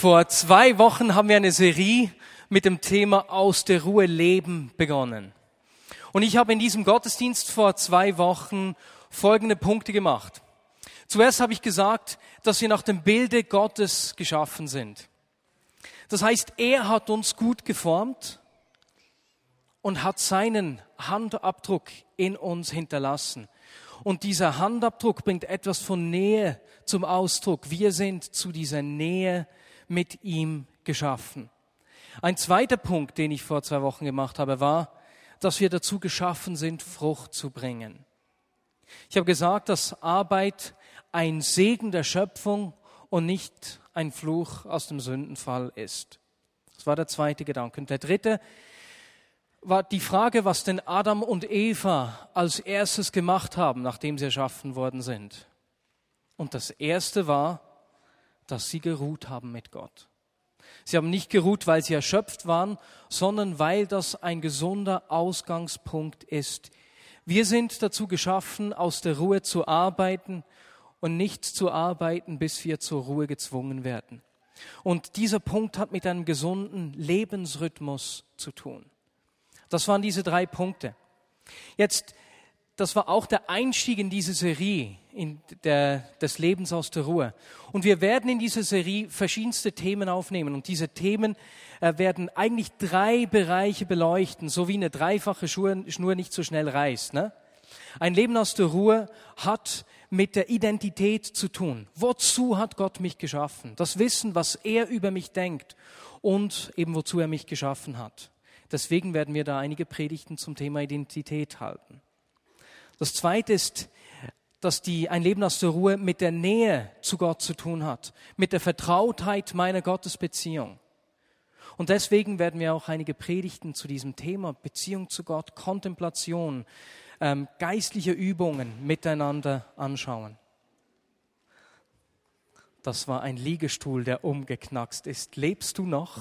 Vor 2 Wochen haben wir eine Serie mit dem Thema Aus der Ruhe leben begonnen. Und ich habe in diesem Gottesdienst vor 2 Wochen folgende Punkte gemacht. Zuerst habe ich gesagt, dass wir nach dem Bilde Gottes geschaffen sind. Das heißt, er hat uns gut geformt und hat seinen Handabdruck in uns hinterlassen. Und dieser Handabdruck bringt etwas von Nähe zum Ausdruck. Wir sind zu dieser Nähe mit ihm geschaffen. Ein zweiter Punkt, den ich vor 2 Wochen gemacht habe, war, dass wir dazu geschaffen sind, Frucht zu bringen. Ich habe gesagt, dass Arbeit ein Segen der Schöpfung und nicht ein Fluch aus dem Sündenfall ist. Das war der zweite Gedanke. Und der dritte war die Frage, was denn Adam und Eva als erstes gemacht haben, nachdem sie erschaffen worden sind. Und das erste war, dass sie geruht haben mit Gott. Sie haben nicht geruht, weil sie erschöpft waren, sondern weil das ein gesunder Ausgangspunkt ist. Wir sind dazu geschaffen, aus der Ruhe zu arbeiten und nicht zu arbeiten, bis wir zur Ruhe gezwungen werden. Und dieser Punkt hat mit einem gesunden Lebensrhythmus zu tun. Das waren diese 3 Punkte. Jetzt, das war auch der Einstieg in diese Serie, des Lebens aus der Ruhe. Und wir werden in dieser Serie verschiedenste Themen aufnehmen. Und diese Themen werden eigentlich 3 Bereiche beleuchten, so wie eine dreifache Schnur nicht so schnell reißt. Ne? Ein Leben aus der Ruhe hat mit der Identität zu tun. Wozu hat Gott mich geschaffen? Das Wissen, was er über mich denkt und eben wozu er mich geschaffen hat. Deswegen werden wir da einige Predigten zum Thema Identität halten. Das Zweite ist, dass ein Leben aus der Ruhe mit der Nähe zu Gott zu tun hat, mit der Vertrautheit meiner Gottesbeziehung. Und deswegen werden wir auch einige Predigten zu diesem Thema Beziehung zu Gott, Kontemplation, geistliche Übungen miteinander anschauen. Das war ein Liegestuhl, der umgeknackst ist. Lebst du noch?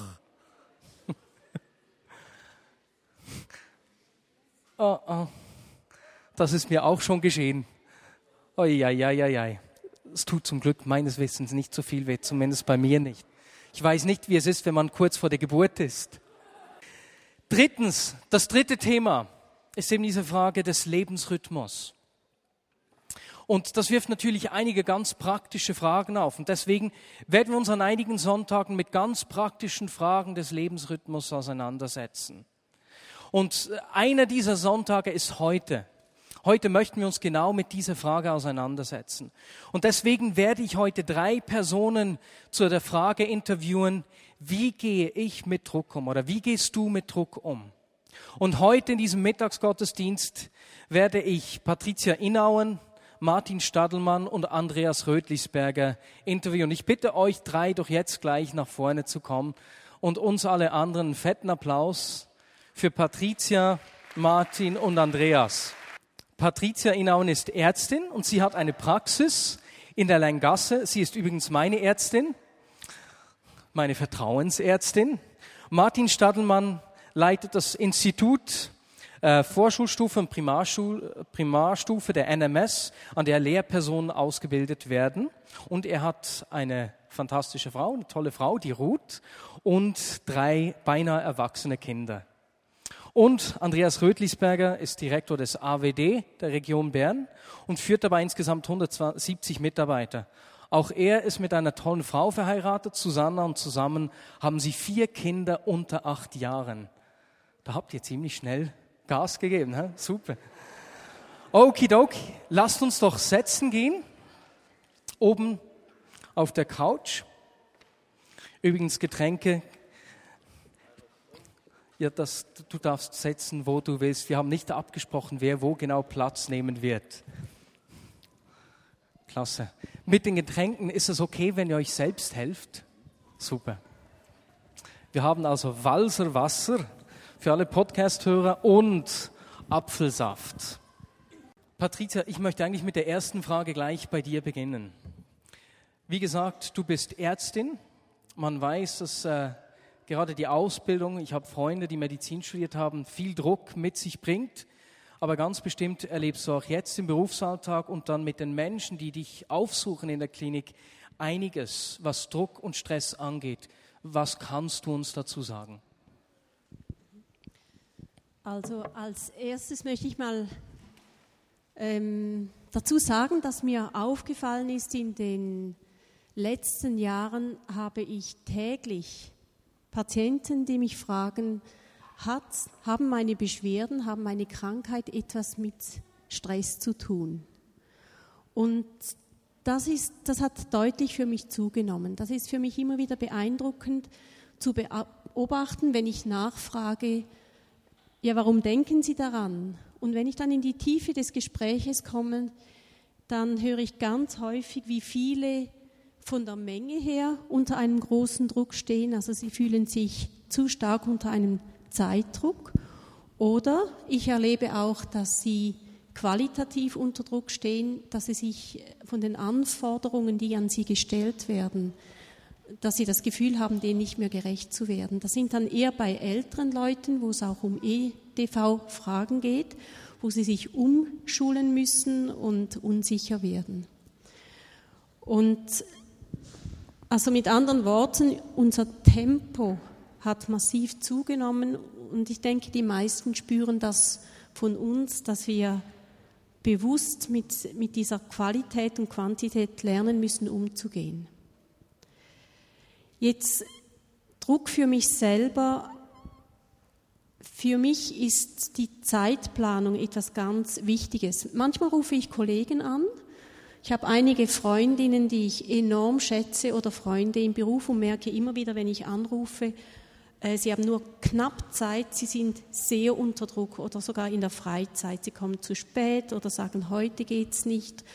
Oh. Das ist mir auch schon geschehen. Eieieiei. Es tut zum Glück meines Wissens nicht so viel weh, zumindest bei mir nicht. Ich weiß nicht, wie es ist, wenn man kurz vor der Geburt ist. Drittens, das dritte Thema ist eben diese Frage des Lebensrhythmus. Und das wirft natürlich einige ganz praktische Fragen auf. Und deswegen werden wir uns an einigen Sonntagen mit ganz praktischen Fragen des Lebensrhythmus auseinandersetzen. Und einer dieser Sonntage ist heute. Heute möchten wir uns genau mit dieser Frage auseinandersetzen. Und deswegen werde ich heute 3 Personen zu der Frage interviewen, wie gehe ich mit Druck um oder wie gehst du mit Druck um? Und heute in diesem Mittagsgottesdienst werde ich Patricia Inauen, Martin Stadelmann und Andreas Rötlisberger interviewen. Ich bitte euch 3 doch jetzt gleich nach vorne zu kommen und uns alle anderen einen fetten Applaus für Patricia, Martin und Andreas. Patricia Inauen ist Ärztin und sie hat eine Praxis in der Leingasse. Sie ist übrigens meine Ärztin, meine Vertrauensärztin. Martin Stadelmann leitet das Institut Vorschulstufe und Primarstufe der NMS, an der Lehrpersonen ausgebildet werden. Und er hat eine fantastische Frau, eine tolle Frau, die Ruth, und 3 beinahe erwachsene Kinder. Und Andreas Rötlisberger ist Direktor des AWD der Region Bern und führt dabei insgesamt 170 Mitarbeiter. Auch er ist mit einer tollen Frau verheiratet, Susanna, und zusammen haben sie 4 Kinder unter 8 Jahren. Da habt ihr ziemlich schnell Gas gegeben, he? Super. Okidoki, lasst uns doch setzen gehen, oben auf der Couch. Übrigens Getränke. Ja, du darfst setzen, wo du willst. Wir haben nicht abgesprochen, wer wo genau Platz nehmen wird. Klasse. Mit den Getränken ist es okay, wenn ihr euch selbst helft? Super. Wir haben also Walser Wasser für alle Podcast-Hörer und Apfelsaft. Patricia, ich möchte eigentlich mit der ersten Frage gleich bei dir beginnen. Wie gesagt, du bist Ärztin. Man weiß, dass gerade die Ausbildung, ich habe Freunde, die Medizin studiert haben, viel Druck mit sich bringt. Aber ganz bestimmt erlebst du auch jetzt im Berufsalltag und dann mit den Menschen, die dich aufsuchen in der Klinik, einiges, was Druck und Stress angeht. Was kannst du uns dazu sagen? Also als erstes möchte ich mal dazu sagen, dass mir aufgefallen ist, in den letzten Jahren habe ich täglich Patienten, die mich fragen, haben meine Beschwerden, haben meine Krankheit etwas mit Stress zu tun? Und das hat deutlich für mich zugenommen. Das ist für mich immer wieder beeindruckend zu beobachten, wenn ich nachfrage, ja, warum denken Sie daran? Und wenn ich dann in die Tiefe des Gespräches komme, dann höre ich ganz häufig, wie viele von der Menge her unter einem großen Druck stehen. Also sie fühlen sich zu stark unter einem Zeitdruck. Oder ich erlebe auch, dass sie qualitativ unter Druck stehen, dass sie sich von den Anforderungen, die an sie gestellt werden, dass sie das Gefühl haben, denen nicht mehr gerecht zu werden. Das sind dann eher bei älteren Leuten, wo es auch um EDV-Fragen geht, wo sie sich umschulen müssen und unsicher werden. Und also mit anderen Worten, unser Tempo hat massiv zugenommen und ich denke, die meisten spüren das von uns, dass wir bewusst mit dieser Qualität und Quantität lernen müssen, umzugehen. Jetzt Druck für mich selber. Für mich ist die Zeitplanung etwas ganz Wichtiges. Manchmal rufe ich Kollegen an. Ich habe einige Freundinnen, die ich enorm schätze oder Freunde im Beruf und merke immer wieder, wenn ich anrufe, sie haben nur knapp Zeit, sie sind sehr unter Druck oder sogar in der Freizeit. Sie kommen zu spät oder sagen, heute geht's nicht.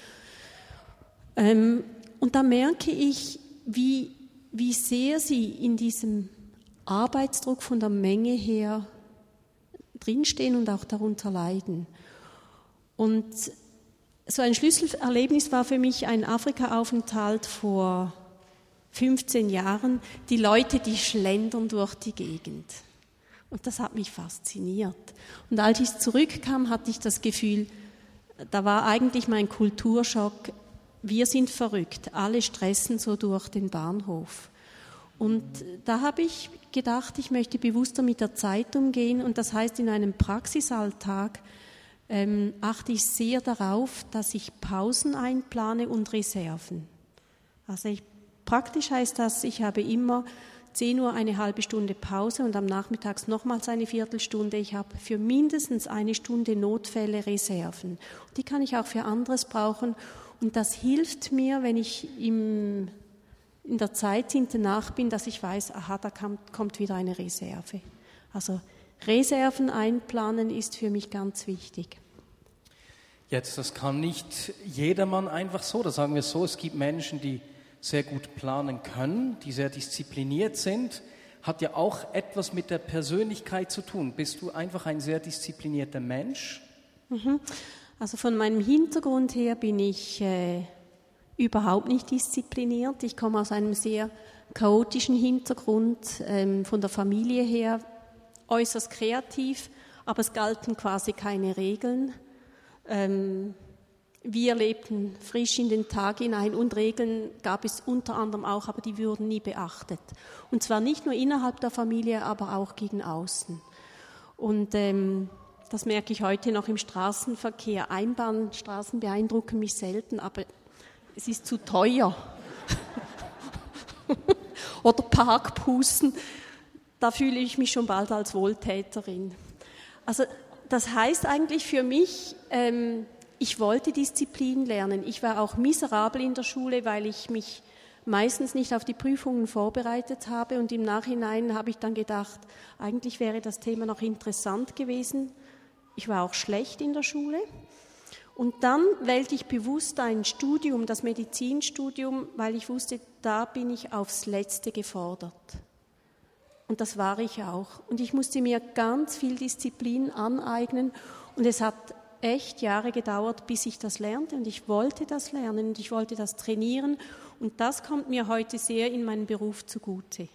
Und da merke ich, wie sehr sie in diesem Arbeitsdruck von der Menge her drinstehen und auch darunter leiden. Und so ein Schlüsselerlebnis war für mich ein Afrika-Aufenthalt vor 15 Jahren. Die Leute, die schlendern durch die Gegend. Und das hat mich fasziniert. Und als ich zurückkam, hatte ich das Gefühl, da war eigentlich mein Kulturschock, wir sind verrückt, alle stressen so durch den Bahnhof. Und da habe ich gedacht, ich möchte bewusster mit der Zeit umgehen. Und das heißt, in einem Praxisalltag achte ich sehr darauf, dass ich Pausen einplane und Reserven. Also praktisch heißt das, ich habe immer 10 Uhr eine halbe Stunde Pause und am Nachmittags nochmals eine Viertelstunde. Ich habe für mindestens eine Stunde Notfälle Reserven. Die kann ich auch für anderes brauchen. Und das hilft mir, wenn ich in der Zeit danach bin, dass ich weiß, aha, da kommt wieder eine Reserve. Also Reserven einplanen ist für mich ganz wichtig. Jetzt, das kann nicht jedermann einfach so, da sagen wir so, es gibt Menschen, die sehr gut planen können, die sehr diszipliniert sind, hat ja auch etwas mit der Persönlichkeit zu tun. Bist du einfach ein sehr disziplinierter Mensch? Also von meinem Hintergrund her bin ich überhaupt nicht diszipliniert. Ich komme aus einem sehr chaotischen Hintergrund, von der Familie her äußerst kreativ, aber es galten quasi keine Regeln. Wir lebten frisch in den Tag hinein und Regeln gab es unter anderem auch, aber die wurden nie beachtet. Und zwar nicht nur innerhalb der Familie, aber auch gegen außen. Und das merke ich heute noch im Straßenverkehr. Einbahnstraßen beeindrucken mich selten, aber es ist zu teuer. Oder Parkbußen, da fühle ich mich schon bald als Wohltäterin. Also das heißt eigentlich für mich, ich wollte Disziplin lernen. Ich war auch miserabel in der Schule, weil ich mich meistens nicht auf die Prüfungen vorbereitet habe. Und im Nachhinein habe ich dann gedacht, eigentlich wäre das Thema noch interessant gewesen. Ich war auch schlecht in der Schule. Und dann wählte ich bewusst ein Studium, das Medizinstudium, weil ich wusste, da bin ich aufs Letzte gefordert. Und das war ich auch. Und ich musste mir ganz viel Disziplin aneignen. Und es hat echt Jahre gedauert, bis ich das lernte. Und ich wollte das lernen und ich wollte das trainieren. Und das kommt mir heute sehr in meinem Beruf zugute.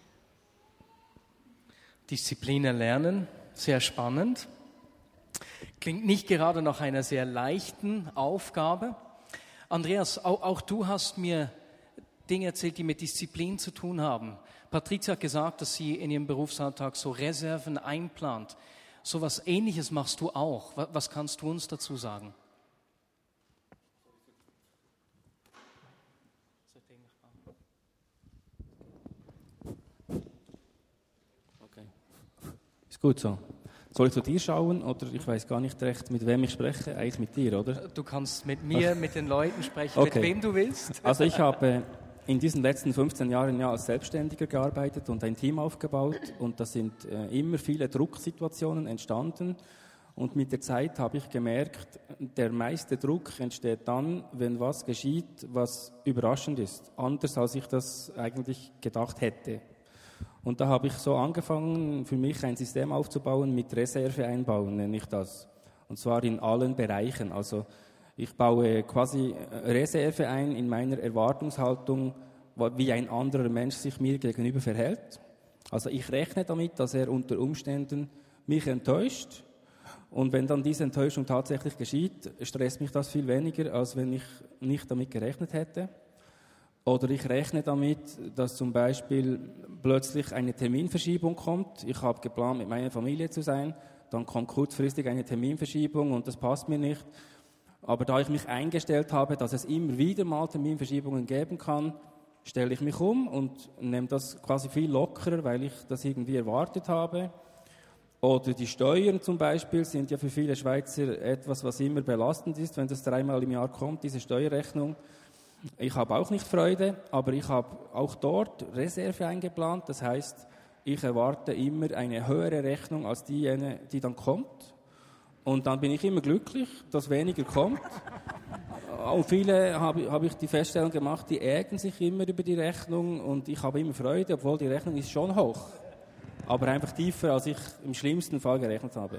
Disziplin erlernen, sehr spannend. Klingt nicht gerade nach einer sehr leichten Aufgabe. Andreas, auch du hast mir Dinge erzählt, die mit Disziplin zu tun haben. Patricia hat gesagt, dass sie in ihrem Berufsalltag so Reserven einplant. So was Ähnliches machst du auch. Was kannst du uns dazu sagen? Okay. Ist gut so. Soll ich zu dir schauen oder ich weiß gar nicht recht, mit wem ich spreche? Eigentlich mit dir, oder? Du kannst mit mir, mit den Leuten sprechen, okay. Mit wem du willst. Also ich habe in diesen letzten 15 Jahren ja als Selbstständiger gearbeitet und ein Team aufgebaut und da sind immer viele Drucksituationen entstanden und mit der Zeit habe ich gemerkt, der meiste Druck entsteht dann, wenn was geschieht, was überraschend ist, anders als ich das eigentlich gedacht hätte. Und da habe ich so angefangen, für mich ein System aufzubauen mit Reserve einbauen, nenne ich das. Und zwar in allen Bereichen. Also ich baue quasi Reserve ein in meiner Erwartungshaltung, wie ein anderer Mensch sich mir gegenüber verhält. Also ich rechne damit, dass er unter Umständen mich enttäuscht. Und wenn dann diese Enttäuschung tatsächlich geschieht, stresst mich das viel weniger, als wenn ich nicht damit gerechnet hätte. Oder ich rechne damit, dass zum Beispiel plötzlich eine Terminverschiebung kommt. Ich habe geplant, mit meiner Familie zu sein. Dann kommt kurzfristig eine Terminverschiebung und das passt mir nicht. Aber da ich mich eingestellt habe, dass es immer wieder mal Terminverschiebungen geben kann, stelle ich mich um und nehme das quasi viel lockerer, weil ich das irgendwie erwartet habe. Oder die Steuern zum Beispiel sind ja für viele Schweizer etwas, was immer belastend ist, wenn das 3-mal im Jahr kommt, diese Steuerrechnung. Ich habe auch nicht Freude, aber ich habe auch dort Reserve eingeplant. Das heißt, ich erwarte immer eine höhere Rechnung als diejenige, die dann kommt. Und dann bin ich immer glücklich, dass weniger kommt. Und viele habe ich die Feststellung gemacht, die ärgern sich immer über die Rechnung und ich habe immer Freude, obwohl die Rechnung ist schon hoch. Aber einfach tiefer, als ich im schlimmsten Fall gerechnet habe.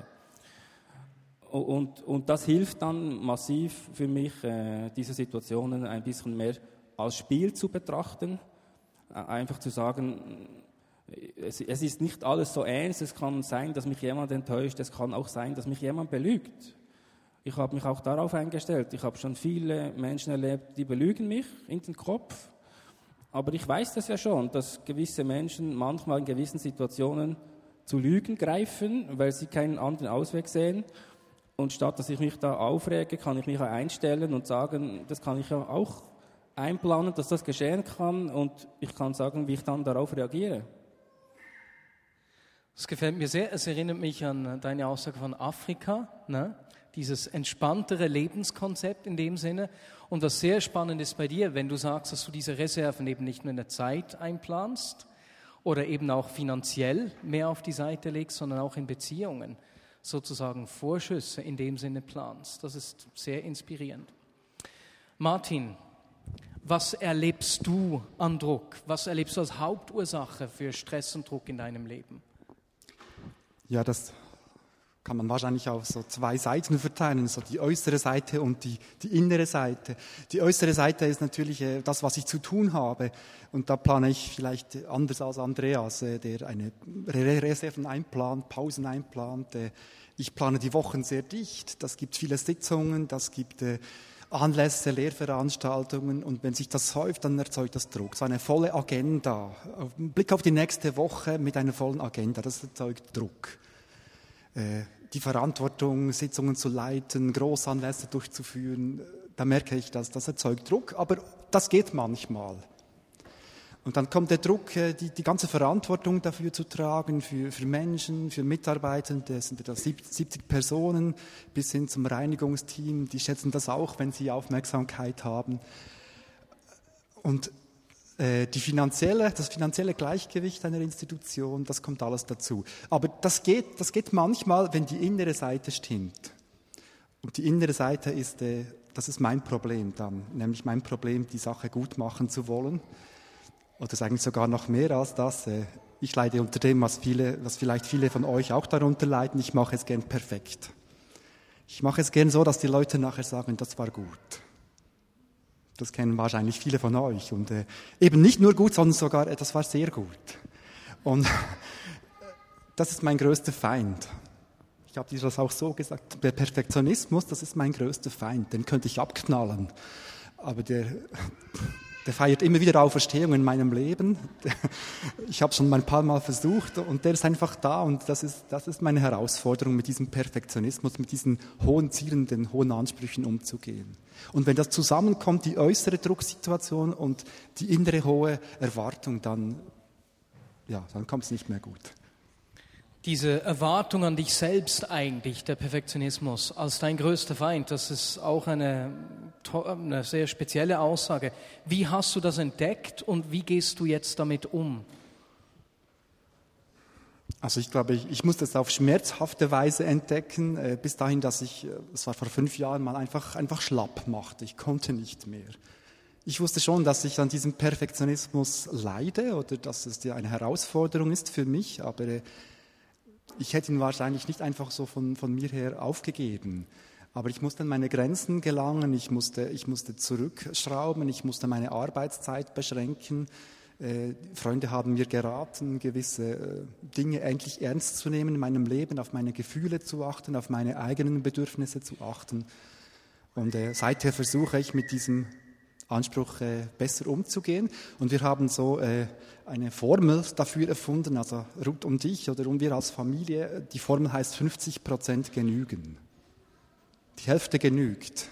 Und das hilft dann massiv für mich, diese Situationen ein bisschen mehr als Spiel zu betrachten. Einfach zu sagen, es ist nicht alles so ernst, es kann sein, dass mich jemand enttäuscht, es kann auch sein, dass mich jemand belügt. Ich habe mich auch darauf eingestellt. Ich habe schon viele Menschen erlebt, die belügen mich in den Kopf. Aber ich weiß das ja schon, dass gewisse Menschen manchmal in gewissen Situationen zu Lügen greifen, weil sie keinen anderen Ausweg sehen. Und statt dass ich mich da aufrege, kann ich mich auch einstellen und sagen, das kann ich ja auch einplanen, dass das geschehen kann und ich kann sagen, wie ich dann darauf reagiere. Das gefällt mir sehr. Es erinnert mich an deine Aussage von Afrika, ne? Dieses entspanntere Lebenskonzept in dem Sinne. Und was sehr spannend ist bei dir, wenn du sagst, dass du diese Reserven eben nicht nur in der Zeit einplanst oder eben auch finanziell mehr auf die Seite legst, sondern auch in Beziehungen sozusagen Vorschüsse in dem Sinne planst. Das ist sehr inspirierend. Martin, was erlebst du an Druck? Was erlebst du als Hauptursache für Stress und Druck in deinem Leben? Ja, das kann man wahrscheinlich auf so 2 Seiten verteilen, so die äußere Seite und die innere Seite. Die äußere Seite ist natürlich das, was ich zu tun habe. Und da plane ich vielleicht anders als Andreas, der eine Reserven einplant, Pausen einplant. Ich plane die Wochen sehr dicht. Das gibt viele Sitzungen, das gibt Anlässe, Lehrveranstaltungen. Und wenn sich das häuft, dann erzeugt das Druck. So eine volle Agenda. Ein Blick auf die nächste Woche mit einer vollen Agenda, das erzeugt Druck. Die Verantwortung, Sitzungen zu leiten, Großanlässe durchzuführen, da merke ich, dass das erzeugt Druck, aber das geht manchmal. Und dann kommt der Druck, die ganze Verantwortung dafür zu tragen, für Menschen, für Mitarbeitende, das sind etwa 70 Personen, bis hin zum Reinigungsteam, die schätzen das auch, wenn sie Aufmerksamkeit haben. Und das finanzielle Gleichgewicht einer Institution, das kommt alles dazu. Aber das geht manchmal, wenn die innere Seite stimmt. Und die innere Seite das ist mein Problem dann, nämlich mein Problem, die Sache gut machen zu wollen. Oder ist eigentlich sogar noch mehr als das. Ich leide unter dem, was vielleicht viele von euch auch darunter leiden. Ich mache es gern perfekt. Ich mache es gern so, dass die Leute nachher sagen, das war gut. Das kennen wahrscheinlich viele von euch. Und eben nicht nur gut, sondern sogar, das war sehr gut. Und das ist mein größter Feind. Ich habe dir das auch so gesagt. Der Perfektionismus, das ist mein größter Feind. Den könnte ich abknallen. Aber Der feiert immer wieder Auferstehung in meinem Leben. Ich habe schon ein paar Mal versucht und der ist einfach da und das ist meine Herausforderung, mit diesem Perfektionismus, mit diesen hohen Zielen, den hohen Ansprüchen umzugehen. Und wenn das zusammenkommt, die äußere Drucksituation und die innere hohe Erwartung, dann kommt es nicht mehr gut. Diese Erwartung an dich selbst eigentlich, der Perfektionismus, als dein größter Feind, das ist auch eine sehr spezielle Aussage. Wie hast du das entdeckt und wie gehst du jetzt damit um? Also ich glaube, ich musste es auf schmerzhafte Weise entdecken, bis dahin, dass es war vor 5 Jahren, mal einfach schlapp machte. Ich konnte nicht mehr. Ich wusste schon, dass ich an diesem Perfektionismus leide oder dass es eine Herausforderung ist für mich, aber ich hätte ihn wahrscheinlich nicht einfach so von mir her aufgegeben. Aber ich musste an meine Grenzen gelangen, ich musste zurückschrauben, ich musste meine Arbeitszeit beschränken. Freunde haben mir geraten, gewisse Dinge endlich ernst zu nehmen in meinem Leben, auf meine Gefühle zu achten, auf meine eigenen Bedürfnisse zu achten. Und seither versuche ich mit diesem Anspruch besser umzugehen. Und wir haben so eine Formel dafür erfunden, also rund um dich oder um wir als Familie. Die Formel heißt 50% genügen. Die Hälfte genügt.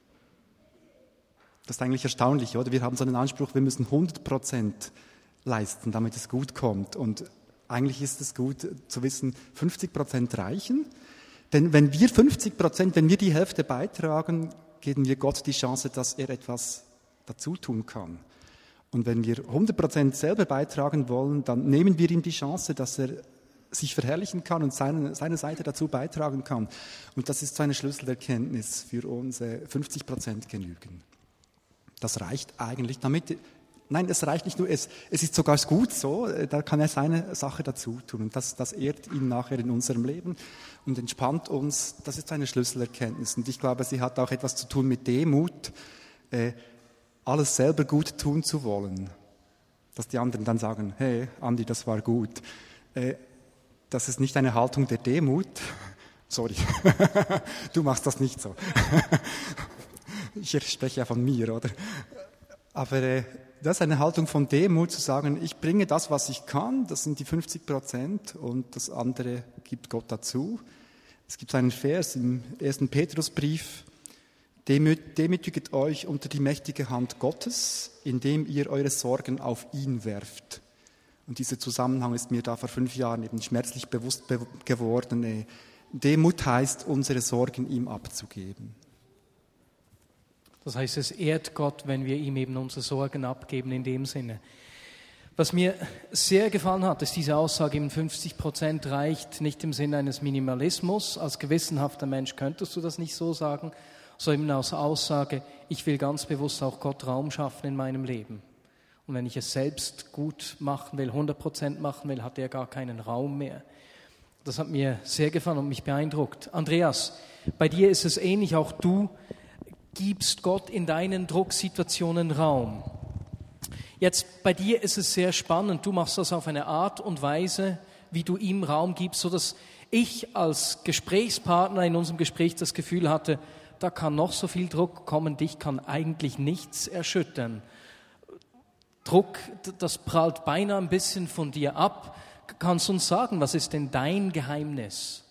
Das ist eigentlich erstaunlich, oder? Wir haben so einen Anspruch, wir müssen 100% leisten, damit es gut kommt. Und eigentlich ist es gut zu wissen, 50% reichen. Denn wenn wir die Hälfte beitragen, geben wir Gott die Chance, dass er etwas dazu tun kann. Und wenn wir 100% selber beitragen wollen, dann nehmen wir ihm die Chance, dass er sich verherrlichen kann und seine Seite dazu beitragen kann. Und das ist so eine Schlüsselerkenntnis für uns, 50% genügen. Das reicht eigentlich damit. Nein, es reicht nicht nur, es ist sogar gut so, da kann er seine Sache dazu tun. Und das ehrt ihn nachher in unserem Leben und entspannt uns. Das ist eine Schlüsselerkenntnis. Und ich glaube, sie hat auch etwas zu tun mit Demut, alles selber gut tun zu wollen. Dass die anderen dann sagen, hey, Andi, das war gut. Das ist nicht eine Haltung der Demut. Sorry, du machst das nicht so. Ich spreche ja von mir, oder? Aber das ist eine Haltung von Demut, zu sagen, ich bringe das, was ich kann, das sind die 50% und das andere gibt Gott dazu. Es gibt einen Vers im 1. Petrusbrief, demütiget euch unter die mächtige Hand Gottes, indem ihr eure Sorgen auf ihn werft. Und dieser Zusammenhang ist mir da vor 5 Jahren eben schmerzlich bewusst geworden. Demut heißt, unsere Sorgen ihm abzugeben. Das heißt, es ehrt Gott, wenn wir ihm eben unsere Sorgen abgeben in dem Sinne. Was mir sehr gefallen hat, ist diese Aussage, eben 50% reicht nicht im Sinne eines Minimalismus. Als gewissenhafter Mensch könntest du das nicht so sagen, sondern eben als Aussage, ich will ganz bewusst auch Gott Raum schaffen in meinem Leben. Und wenn ich es selbst gut machen will, 100% machen will, hat er gar keinen Raum mehr. Das hat mir sehr gefallen und mich beeindruckt. Andreas, bei dir ist es ähnlich, auch du gibst Gott in deinen Drucksituationen Raum. Jetzt bei dir ist es sehr spannend, du machst das auf eine Art und Weise, wie du ihm Raum gibst, sodass ich als Gesprächspartner in unserem Gespräch das Gefühl hatte, da kann noch so viel Druck kommen, dich kann eigentlich nichts erschüttern. Druck, das prallt beinahe ein bisschen von dir ab. Kannst du uns sagen, was ist denn dein Geheimnis?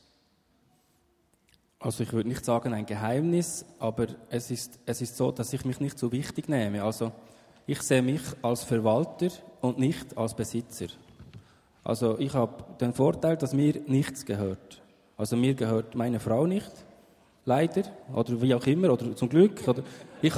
Also ich würde nicht sagen ein Geheimnis, aber es ist so, dass ich mich nicht so wichtig nehme. Also ich sehe mich als Verwalter und nicht als Besitzer. Also ich habe den Vorteil, dass mir nichts gehört. Also mir gehört meine Frau nicht, leider, oder wie auch immer, oder zum Glück. Oder ich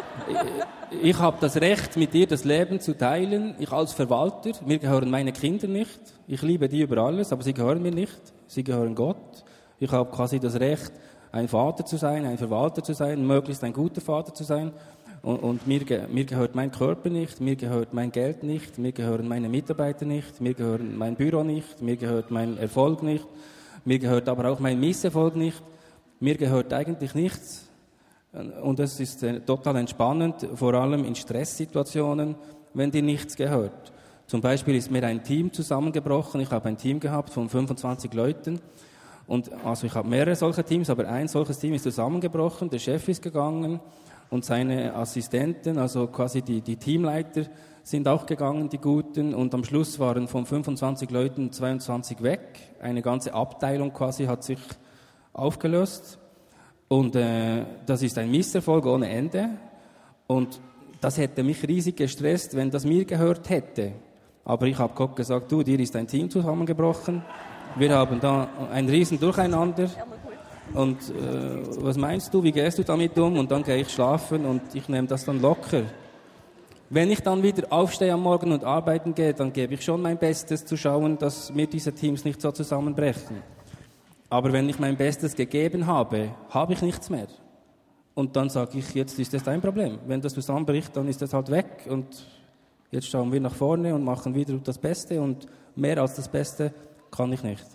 habe das Recht, mit ihr das Leben zu teilen. Ich als Verwalter, mir gehören meine Kinder nicht. Ich liebe die über alles, aber sie gehören mir nicht. Sie gehören Gott. Ich habe quasi das Recht, ein Vater zu sein, ein Verwalter zu sein, möglichst ein guter Vater zu sein. Und mir gehört mein Körper nicht, mir gehört mein Geld nicht, mir gehören meine Mitarbeiter nicht, mir gehört mein Büro nicht, mir gehört mein Erfolg nicht, mir gehört aber auch mein Misserfolg nicht. Mir gehört eigentlich nichts. Und das ist total entspannend, vor allem in Stresssituationen, wenn dir nichts gehört. Zum Beispiel ist mir ein Team zusammengebrochen. Ich habe ein Team gehabt von 25 Leuten. Und also ich habe mehrere solche Teams, aber ein solches Team ist zusammengebrochen. Der Chef ist gegangen und seine Assistenten, also quasi die Teamleiter, sind auch gegangen, die Guten, und am Schluss waren von 25 Leuten 22 weg. Eine ganze Abteilung quasi hat sich aufgelöst, und das ist ein Misserfolg ohne Ende, und das hätte mich riesig gestresst, wenn das mir gehört hätte. Aber ich habe Gott gesagt, du, dir ist ein Team zusammengebrochen, wir haben da ein riesen Durcheinander, und was meinst du, wie gehst du damit um? Und dann gehe ich schlafen und ich nehme das dann locker. Wenn ich dann wieder aufstehe am Morgen und arbeiten gehe, dann gebe ich schon mein Bestes zu schauen, dass mir diese Teams nicht so zusammenbrechen. Aber wenn ich mein Bestes gegeben habe, habe ich nichts mehr. Und dann sage ich, jetzt ist das dein Problem. Wenn das zusammenbricht, dann ist das halt weg, und jetzt schauen wir nach vorne und machen wieder das Beste, und mehr als das Beste kann ich nicht.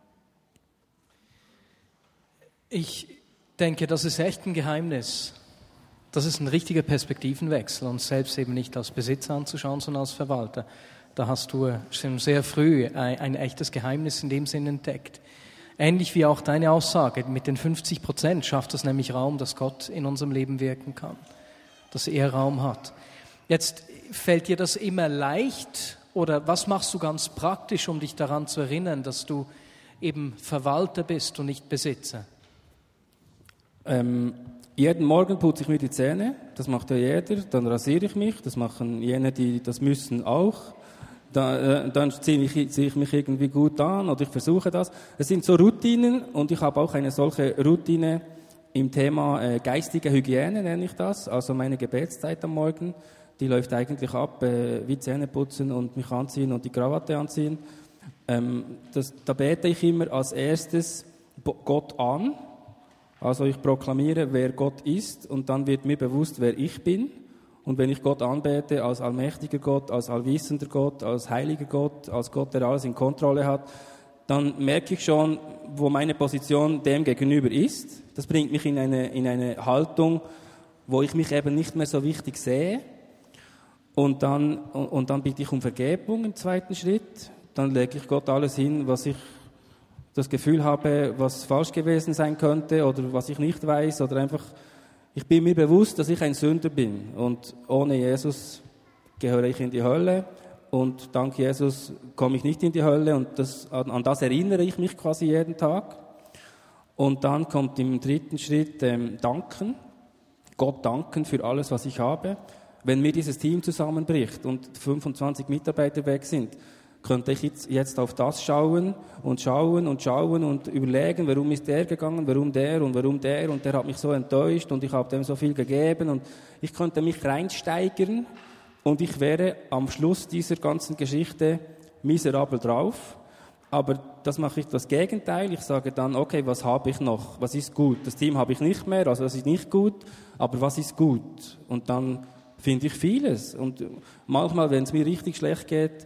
Ich denke, das ist echt ein Geheimnis. Das ist ein richtiger Perspektivenwechsel, uns selbst eben nicht als Besitzer anzuschauen, sondern als Verwalter. Da hast du schon sehr früh ein echtes Geheimnis in dem Sinn entdeckt. Ähnlich wie auch deine Aussage, mit den 50% schafft das nämlich Raum, dass Gott in unserem Leben wirken kann, dass er Raum hat. Jetzt fällt dir das immer leicht, oder was machst du ganz praktisch, um dich daran zu erinnern, dass du eben Verwalter bist und nicht Besitzer? Jeden Morgen putze ich mir die Zähne, das macht ja jeder, dann rasiere ich mich, das machen jene, die das müssen, auch. Dann ziehe ich mich irgendwie gut an, oder ich versuche das. Es sind so Routinen, und ich habe auch eine solche Routine im Thema geistige Hygiene, nenne ich das, also meine Gebetszeit am Morgen, die läuft eigentlich ab wie Zähne putzen und mich anziehen und die Krawatte anziehen. Da bete ich immer als erstes Gott an. Also ich proklamiere, wer Gott ist, und dann wird mir bewusst, wer ich bin. Und wenn ich Gott anbete als allmächtiger Gott, als allwissender Gott, als heiliger Gott, als Gott, der alles in Kontrolle hat, dann merke ich schon, wo meine Position dem gegenüber ist. Das bringt mich in eine Haltung, wo ich mich eben nicht mehr so wichtig sehe. Und dann bitte ich um Vergebung im zweiten Schritt. Dann lege ich Gott alles hin, was ich das Gefühl habe, was falsch gewesen sein könnte oder was ich nicht weiß, oder einfach, ich bin mir bewusst, dass ich ein Sünder bin, und ohne Jesus gehöre ich in die Hölle, und dank Jesus komme ich nicht in die Hölle, und an das erinnere ich mich quasi jeden Tag. Und dann kommt im dritten Schritt danken, Gott danken für alles, was ich habe. Wenn mir dieses Team zusammenbricht und 25 Mitarbeiter weg sind, könnte ich jetzt auf das schauen und überlegen, warum ist der gegangen, warum der, und der hat mich so enttäuscht, und ich habe dem so viel gegeben, und ich könnte mich reinsteigern, und ich wäre am Schluss dieser ganzen Geschichte miserabel drauf. Aber das mache ich das Gegenteil. Ich sage dann, okay, was habe ich noch? Was ist gut? Das Team habe ich nicht mehr, also das ist nicht gut, aber was ist gut? Und dann finde ich vieles. Und manchmal, wenn es mir richtig schlecht geht,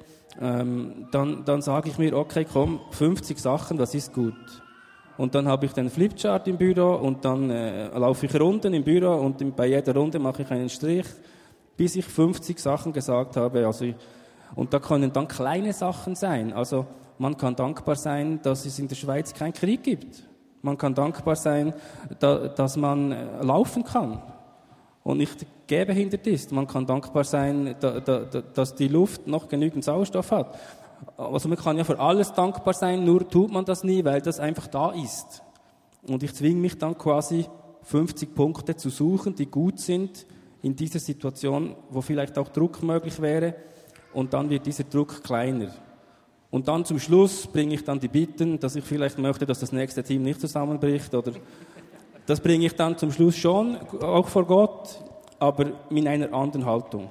dann sage ich mir, okay, komm, 50 Sachen, das ist gut. Und dann habe ich den Flipchart im Büro, und dann laufe ich Runden im Büro, und bei jeder Runde mache ich einen Strich, bis ich 50 Sachen gesagt habe. Und da können dann kleine Sachen sein. Also man kann dankbar sein, dass es in der Schweiz keinen Krieg gibt. Man kann dankbar sein, dass man laufen kann und nicht gehbehindert ist. Man kann dankbar sein, dass die Luft noch genügend Sauerstoff hat. Also man kann ja für alles dankbar sein, nur tut man das nie, weil das einfach da ist. Und ich zwinge mich dann quasi 50 Punkte zu suchen, die gut sind in dieser Situation, wo vielleicht auch Druck möglich wäre, und dann wird dieser Druck kleiner. Und dann zum Schluss bringe ich dann die Bitten, dass ich vielleicht möchte, dass das nächste Team nicht zusammenbricht, oder das bringe ich dann zum Schluss schon, auch vor Gott, aber in einer anderen Haltung.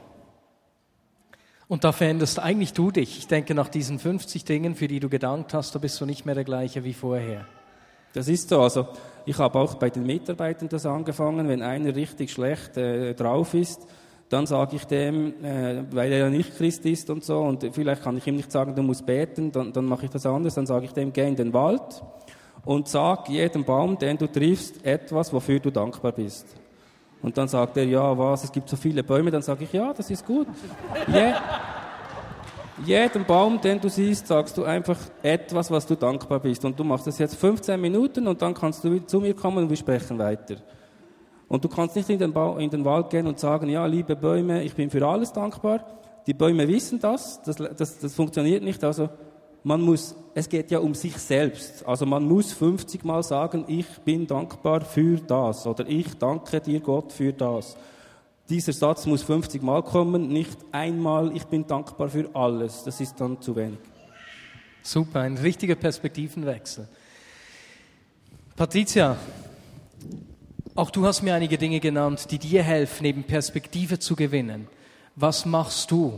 Und da veränderst eigentlich du dich. Ich denke, nach diesen 50 Dingen, für die du gedankt hast, da bist du nicht mehr der gleiche wie vorher. Das ist so. Also ich habe auch bei den Mitarbeitern das angefangen, wenn einer richtig schlecht drauf ist, dann sage ich dem, weil er ja nicht Christ ist und so, und vielleicht kann ich ihm nicht sagen, du musst beten, dann mache ich das anders, dann sage ich dem, geh in den Wald und sag jedem Baum, den du triffst, etwas, wofür du dankbar bist. Und dann sagt er, ja, was, es gibt so viele Bäume, dann sage ich, ja, das ist gut. Jedem Baum, den du siehst, sagst du einfach etwas, was du dankbar bist. Und du machst das jetzt 15 Minuten, und dann kannst du zu mir kommen und wir sprechen weiter. Und du kannst nicht in den Wald gehen und sagen, ja, liebe Bäume, ich bin für alles dankbar. Die Bäume wissen das funktioniert nicht. Also es geht ja um sich selbst. Also man muss 50 Mal sagen, ich bin dankbar für das oder ich danke dir Gott für das. Dieser Satz muss 50 Mal kommen, nicht einmal, ich bin dankbar für alles. Das ist dann zu wenig. Super, ein richtiger Perspektivenwechsel. Patricia, auch du hast mir einige Dinge genannt, die dir helfen, eben Perspektive zu gewinnen. Was machst du?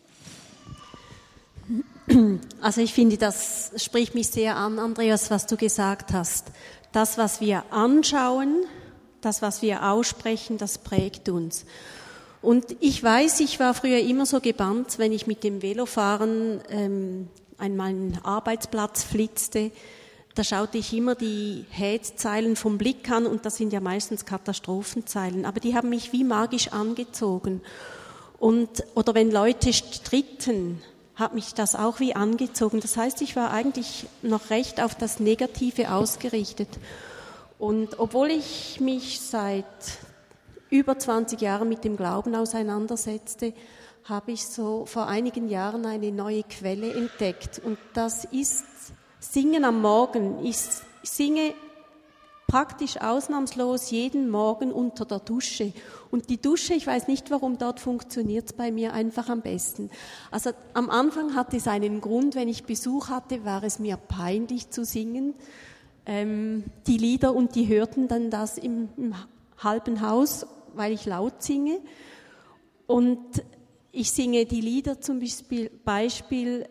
Also ich finde, das spricht mich sehr an, Andreas, was du gesagt hast. Das, was wir anschauen, das, was wir aussprechen, das prägt uns. Und ich weiß, ich war früher immer so gebannt, wenn ich mit dem Velofahren an meinen Arbeitsplatz flitzte. Da schaute ich immer die Hetzeilen vom Blick an und das sind ja meistens Katastrophenzeilen. Aber die haben mich wie magisch angezogen. Oder wenn Leute stritten, hat mich das auch wie angezogen. Das heißt, ich war eigentlich noch recht auf das Negative ausgerichtet. Und obwohl ich mich seit über 20 Jahren mit dem Glauben auseinandersetzte, habe ich so vor einigen Jahren eine neue Quelle entdeckt. Und das ist Singen am Morgen. Ich singe praktisch ausnahmslos jeden Morgen unter der Dusche. Und die Dusche, ich weiß nicht warum, dort funktioniert es bei mir einfach am besten. Also am Anfang hatte es einen Grund, wenn ich Besuch hatte, war es mir peinlich zu singen, die Lieder, und die hörten dann das im halben Haus, weil ich laut singe. Und ich singe die Lieder zum Beispiel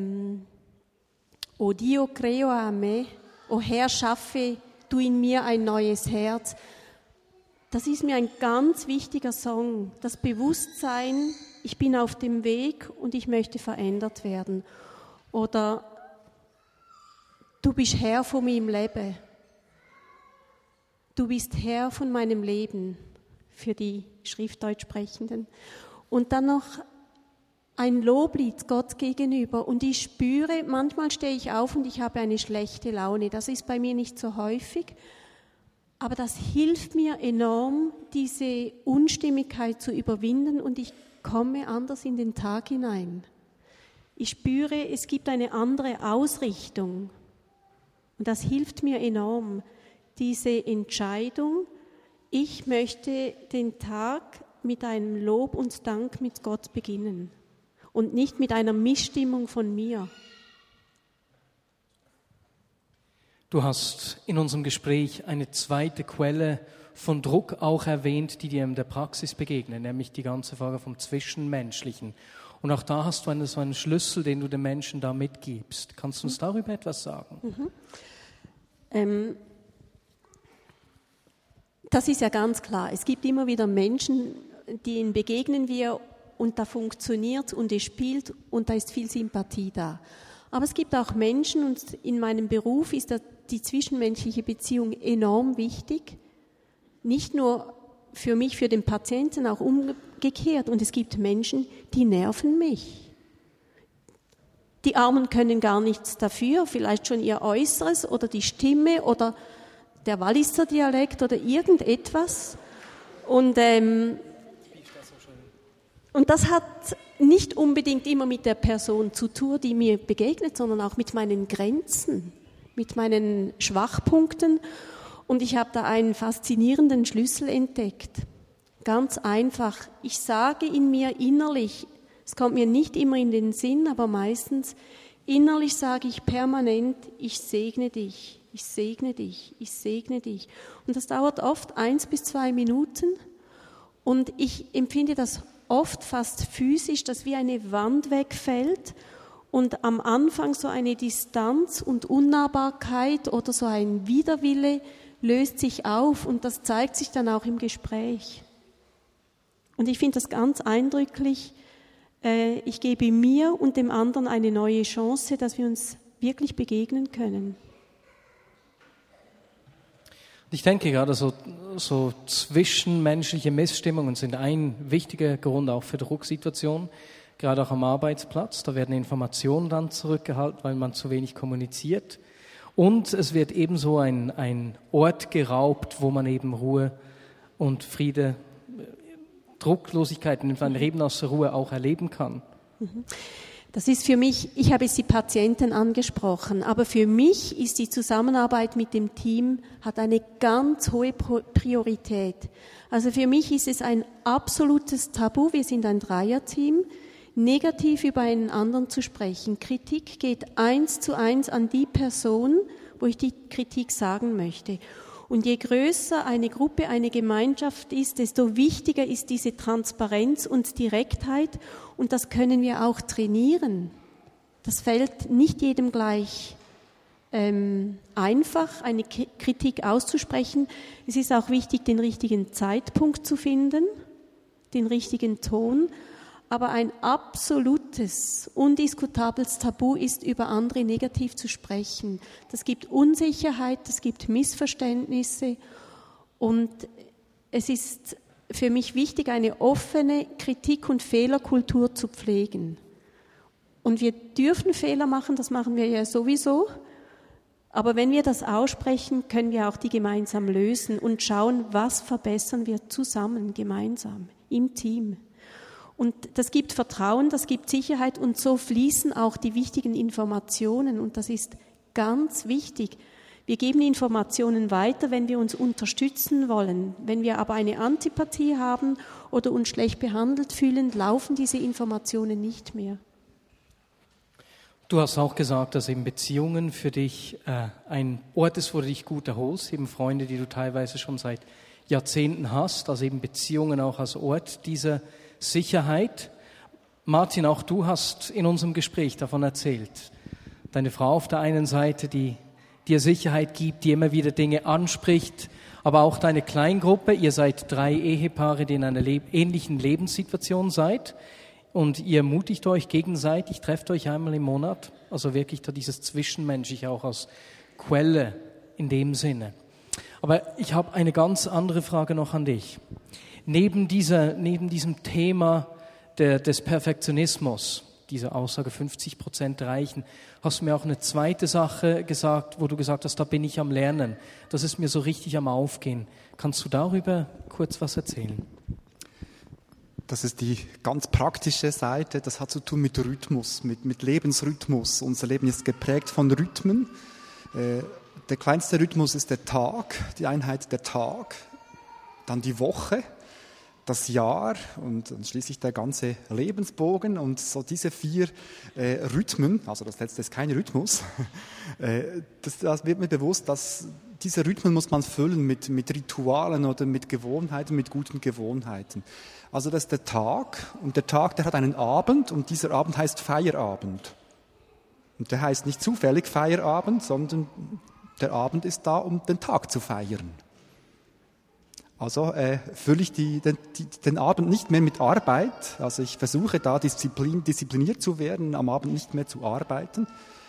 O Dio creo a me, O Herr, schaffe du in mir ein neues Herz. Das ist mir ein ganz wichtiger Song. Das Bewusstsein, ich bin auf dem Weg und ich möchte verändert werden. Oder du bist Herr von meinem Leben. Du bist Herr von meinem Leben, für die Schriftdeutschsprechenden. Und dann noch ein Loblied Gott gegenüber. Und ich spüre, manchmal stehe ich auf und ich habe eine schlechte Laune. Das ist bei mir nicht so häufig. Aber das hilft mir enorm, diese Unstimmigkeit zu überwinden und ich komme anders in den Tag hinein. Ich spüre, es gibt eine andere Ausrichtung. Und das hilft mir enorm, diese Entscheidung, ich möchte den Tag mit einem Lob und Dank mit Gott beginnen und nicht mit einer Missstimmung von mir. Du hast in unserem Gespräch eine zweite Quelle von Druck auch erwähnt, die dir in der Praxis begegnet, nämlich die ganze Frage vom Zwischenmenschlichen. Und auch da hast du so einen Schlüssel, den du den Menschen da mitgibst. Kannst du uns darüber etwas sagen? Das ist ja ganz klar. Es gibt immer wieder Menschen, denen begegnen wir und da funktioniert und es spielt und da ist viel Sympathie da. Aber es gibt auch Menschen, und in meinem Beruf ist die zwischenmenschliche Beziehung enorm wichtig. Nicht nur für mich, für den Patienten, auch umgekehrt. Und es gibt Menschen, die nerven mich. Die Armen können gar nichts dafür, vielleicht schon ihr Äußeres oder die Stimme oder der Walliser Dialekt oder irgendetwas. Und das hat nicht unbedingt immer mit der Person zu tun, die mir begegnet, sondern auch mit meinen Grenzen, mit meinen Schwachpunkten. Und ich habe da einen faszinierenden Schlüssel entdeckt. Ganz einfach. Ich sage in mir innerlich, es kommt mir nicht immer in den Sinn, aber meistens innerlich sage ich permanent, ich segne dich, ich segne dich, ich segne dich. Und das dauert oft 1 bis 2 Minuten. Und ich empfinde das oft fast physisch, dass wie eine Wand wegfällt und am Anfang so eine Distanz und Unnahbarkeit oder so ein Widerwille löst sich auf und das zeigt sich dann auch im Gespräch. Und ich finde das ganz eindrücklich. Ich gebe mir und dem anderen eine neue Chance, dass wir uns wirklich begegnen können. Ich denke gerade, so zwischenmenschliche Missstimmungen sind ein wichtiger Grund auch für Drucksituationen, gerade auch am Arbeitsplatz. Da werden Informationen dann zurückgehalten, weil man zu wenig kommuniziert. Und es wird ebenso ein Ort geraubt, wo man eben Ruhe und Friede, Drucklosigkeit in einem Leben aus der Ruhe auch erleben kann? Das ist für mich, ich habe jetzt die Patienten angesprochen, aber für mich ist die Zusammenarbeit mit dem Team, hat eine ganz hohe Priorität. Also für mich ist es ein absolutes Tabu, wir sind ein Dreierteam, negativ über einen anderen zu sprechen. Kritik geht 1:1 an die Person, wo ich die Kritik sagen möchte. Und je größer eine Gruppe, eine Gemeinschaft ist, desto wichtiger ist diese Transparenz und Direktheit. Und das können wir auch trainieren. Das fällt nicht jedem gleich einfach, eine Kritik auszusprechen. Es ist auch wichtig, den richtigen Zeitpunkt zu finden, den richtigen Ton. Aber ein absolutes, undiskutables Tabu ist, über andere negativ zu sprechen. Das gibt Unsicherheit, das gibt Missverständnisse. Und es ist für mich wichtig, eine offene Kritik- und Fehlerkultur zu pflegen. Und wir dürfen Fehler machen, das machen wir ja sowieso. Aber wenn wir das aussprechen, können wir auch die gemeinsam lösen und schauen, was verbessern wir zusammen, gemeinsam, im Team. Und das gibt Vertrauen, das gibt Sicherheit und so fließen auch die wichtigen Informationen und das ist ganz wichtig. Wir geben Informationen weiter, wenn wir uns unterstützen wollen. Wenn wir aber eine Antipathie haben oder uns schlecht behandelt fühlen, laufen diese Informationen nicht mehr. Du hast auch gesagt, dass eben Beziehungen für dich ein Ort ist, wo du dich gut erholst, eben Freunde, die du teilweise schon seit Jahrzehnten hast, also eben Beziehungen auch als Ort dieser Sicherheit. Martin, auch du hast in unserem Gespräch davon erzählt. Deine Frau auf der einen Seite, die dir Sicherheit gibt, die immer wieder Dinge anspricht, aber auch deine Kleingruppe. Ihr seid 3 Ehepaare, die in einer ähnlichen Lebenssituation seid und ihr ermutigt euch gegenseitig, trefft euch einmal im Monat. Also wirklich da dieses Zwischenmenschliche auch als Quelle in dem Sinne. Aber ich habe eine ganz andere Frage noch an dich. Neben diesem Thema des Perfektionismus, dieser Aussage 50% reichen, hast du mir auch eine zweite Sache gesagt, wo du gesagt hast, da bin ich am Lernen. Das ist mir so richtig am Aufgehen. Kannst du darüber kurz was erzählen? Das ist die ganz praktische Seite, das hat zu tun mit Rhythmus, mit Lebensrhythmus. Unser Leben ist geprägt von Rhythmen. Der kleinste Rhythmus ist der Tag, die Einheit der Tag, dann die Woche, das Jahr und schließlich der ganze Lebensbogen und so diese 4 Rhythmen, also das letzte ist kein Rhythmus, das wird mir bewusst, dass diese Rhythmen muss man füllen mit Ritualen oder mit Gewohnheiten, mit guten Gewohnheiten. Also das ist der Tag und der Tag, der hat einen Abend und dieser Abend heißt Feierabend. Und der heißt nicht zufällig Feierabend, sondern der Abend ist da, um den Tag zu feiern. Also fülle ich den Abend nicht mehr mit Arbeit, also ich versuche da diszipliniert zu werden, am Abend nicht mehr zu arbeiten.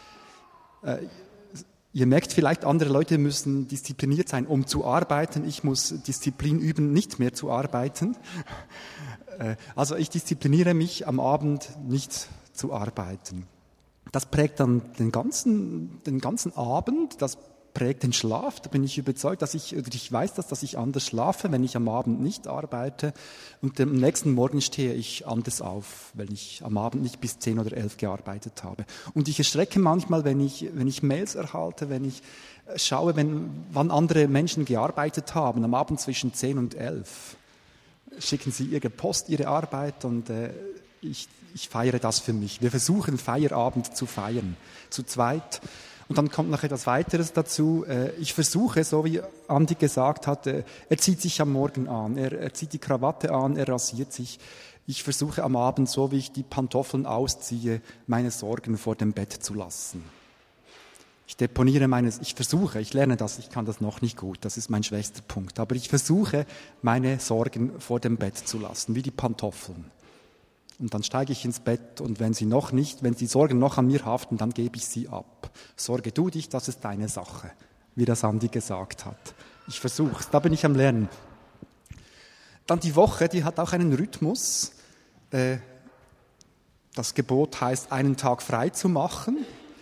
Ihr merkt vielleicht, andere Leute müssen diszipliniert sein, um zu arbeiten. Ich muss Disziplin üben, nicht mehr zu arbeiten. Also ich diszipliniere mich, am Abend nicht zu arbeiten. Das prägt dann den ganzen Abend, das prägt den Schlaf. Da bin ich überzeugt, ich weiß, dass ich anders schlafe, wenn ich am Abend nicht arbeite. Und am nächsten Morgen stehe ich anders auf, wenn ich am Abend nicht bis 10 oder 11 gearbeitet habe. Und ich erschrecke manchmal, wenn ich Mails erhalte, wenn ich schaue, wann andere Menschen gearbeitet haben, am Abend zwischen 10 und 11. Schicken sie ihre Post, ihre Arbeit und ich feiere das für mich. Wir versuchen, Feierabend zu feiern, zu zweit. Und dann kommt noch etwas weiteres dazu. Ich versuche, so wie Andi gesagt hat, er zieht sich am Morgen an, er zieht die Krawatte an, er rasiert sich. Ich versuche am Abend, so wie ich die Pantoffeln ausziehe, meine Sorgen vor dem Bett zu lassen. Ich lerne das, ich kann das noch nicht gut, das ist mein schwächster Punkt. Aber ich versuche, meine Sorgen vor dem Bett zu lassen, wie die Pantoffeln. Und dann steige ich ins Bett und wenn die Sorgen noch an mir haften, dann gebe ich sie ab. Sorge du dich, das ist deine Sache, wie das Andi gesagt hat. Ich versuch's, da bin ich am Lernen. Dann die Woche, die hat auch einen Rhythmus. Das Gebot heißt, einen Tag frei zu machen.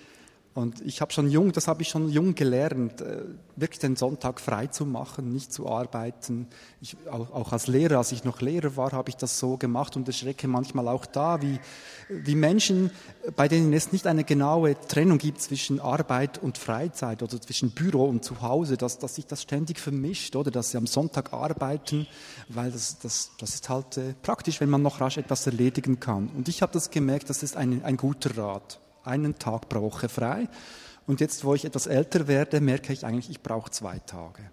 Und das habe ich schon jung gelernt, wirklich den Sonntag frei zu machen, nicht zu arbeiten. Auch als Lehrer, als ich noch Lehrer war, habe ich das so gemacht und erschrecke manchmal auch da, wie Menschen, bei denen es nicht eine genaue Trennung gibt zwischen Arbeit und Freizeit oder zwischen Büro und Zuhause, dass sich das ständig vermischt, oder dass sie am Sonntag arbeiten, weil das ist halt praktisch, wenn man noch rasch etwas erledigen kann. Und ich habe das gemerkt, das ist ein guter Rat. Einen Tag pro Woche frei. Und jetzt, wo ich etwas älter werde, merke ich eigentlich, ich brauche 2 Tage.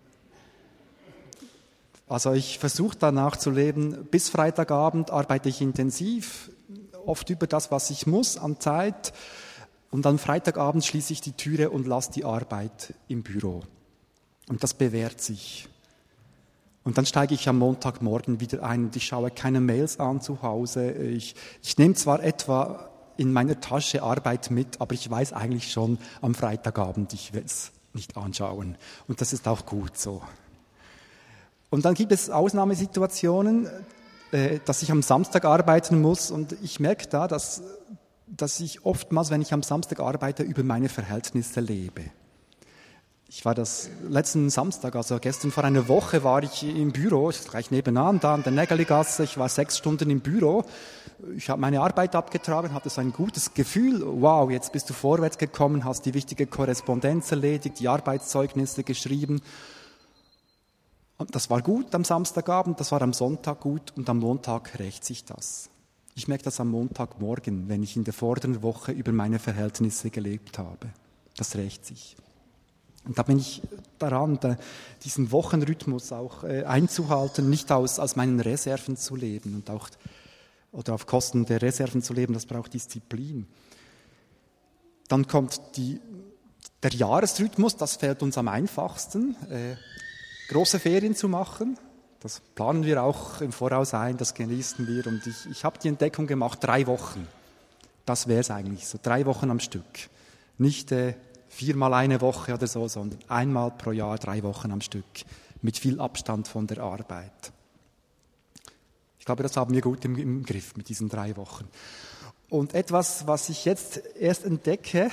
Also ich versuche danach zu leben, bis Freitagabend arbeite ich intensiv, oft über das, was ich muss an Zeit. Und dann Freitagabend schließe ich die Türe und lasse die Arbeit im Büro. Und das bewährt sich. Und dann steige ich am Montagmorgen wieder ein und ich schaue keine Mails an zu Hause. Ich nehme zwar etwa in meiner Tasche Arbeit mit, aber ich weiß eigentlich schon am Freitagabend, ich will es nicht anschauen. Und das ist auch gut so. Und dann gibt es Ausnahmesituationen, dass ich am Samstag arbeiten muss und ich merke da, dass ich oftmals, wenn ich am Samstag arbeite, über meine Verhältnisse lebe. Ich war das letzten Samstag, also gestern vor einer Woche, war ich im Büro, gleich nebenan, da an der Nägeligasse. Ich war 6 Stunden im Büro. Ich habe meine Arbeit abgetragen, hatte so ein gutes Gefühl. Wow, jetzt bist du vorwärts gekommen, hast die wichtige Korrespondenz erledigt, die Arbeitszeugnisse geschrieben. Und das war gut am Samstagabend, das war am Sonntag gut und am Montag rächt sich das. Ich merke das am Montagmorgen, wenn ich in der vorderen Woche über meine Verhältnisse gelebt habe. Das rächt sich. Und da bin ich daran, diesen Wochenrhythmus auch einzuhalten, nicht aus meinen Reserven zu leben und auch oder auf Kosten der Reserven zu leben, das braucht Disziplin. Dann kommt der Jahresrhythmus, das fällt uns am einfachsten, große Ferien zu machen. Das planen wir auch im Voraus ein, das genießen wir. Und ich habe die Entdeckung gemacht, 3 Wochen. Das wäre es eigentlich, so 3 Wochen am Stück. Nicht 4-mal eine Woche oder so, sondern einmal pro Jahr 3 Wochen am Stück, mit viel Abstand von der Arbeit. Ich glaube, das haben wir gut im Griff mit diesen 3 Wochen. Und etwas, was ich jetzt erst entdecke,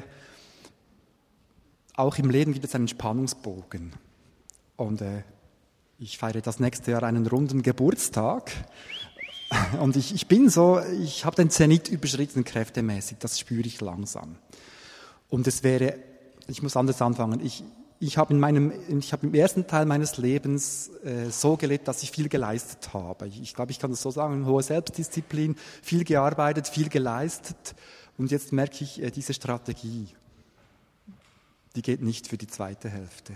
auch im Leben gibt es einen Spannungsbogen. Und ich feiere das nächste Jahr einen runden Geburtstag. Und ich habe den Zenit überschritten kräftemäßig, das spüre ich langsam. Und ich muss anders anfangen, ich habe im ersten Teil meines Lebens so gelebt, dass ich viel geleistet habe. Ich glaube, ich kann das so sagen, eine hohe Selbstdisziplin, viel gearbeitet, viel geleistet. Und jetzt merke ich, diese Strategie, die geht nicht für die zweite Hälfte.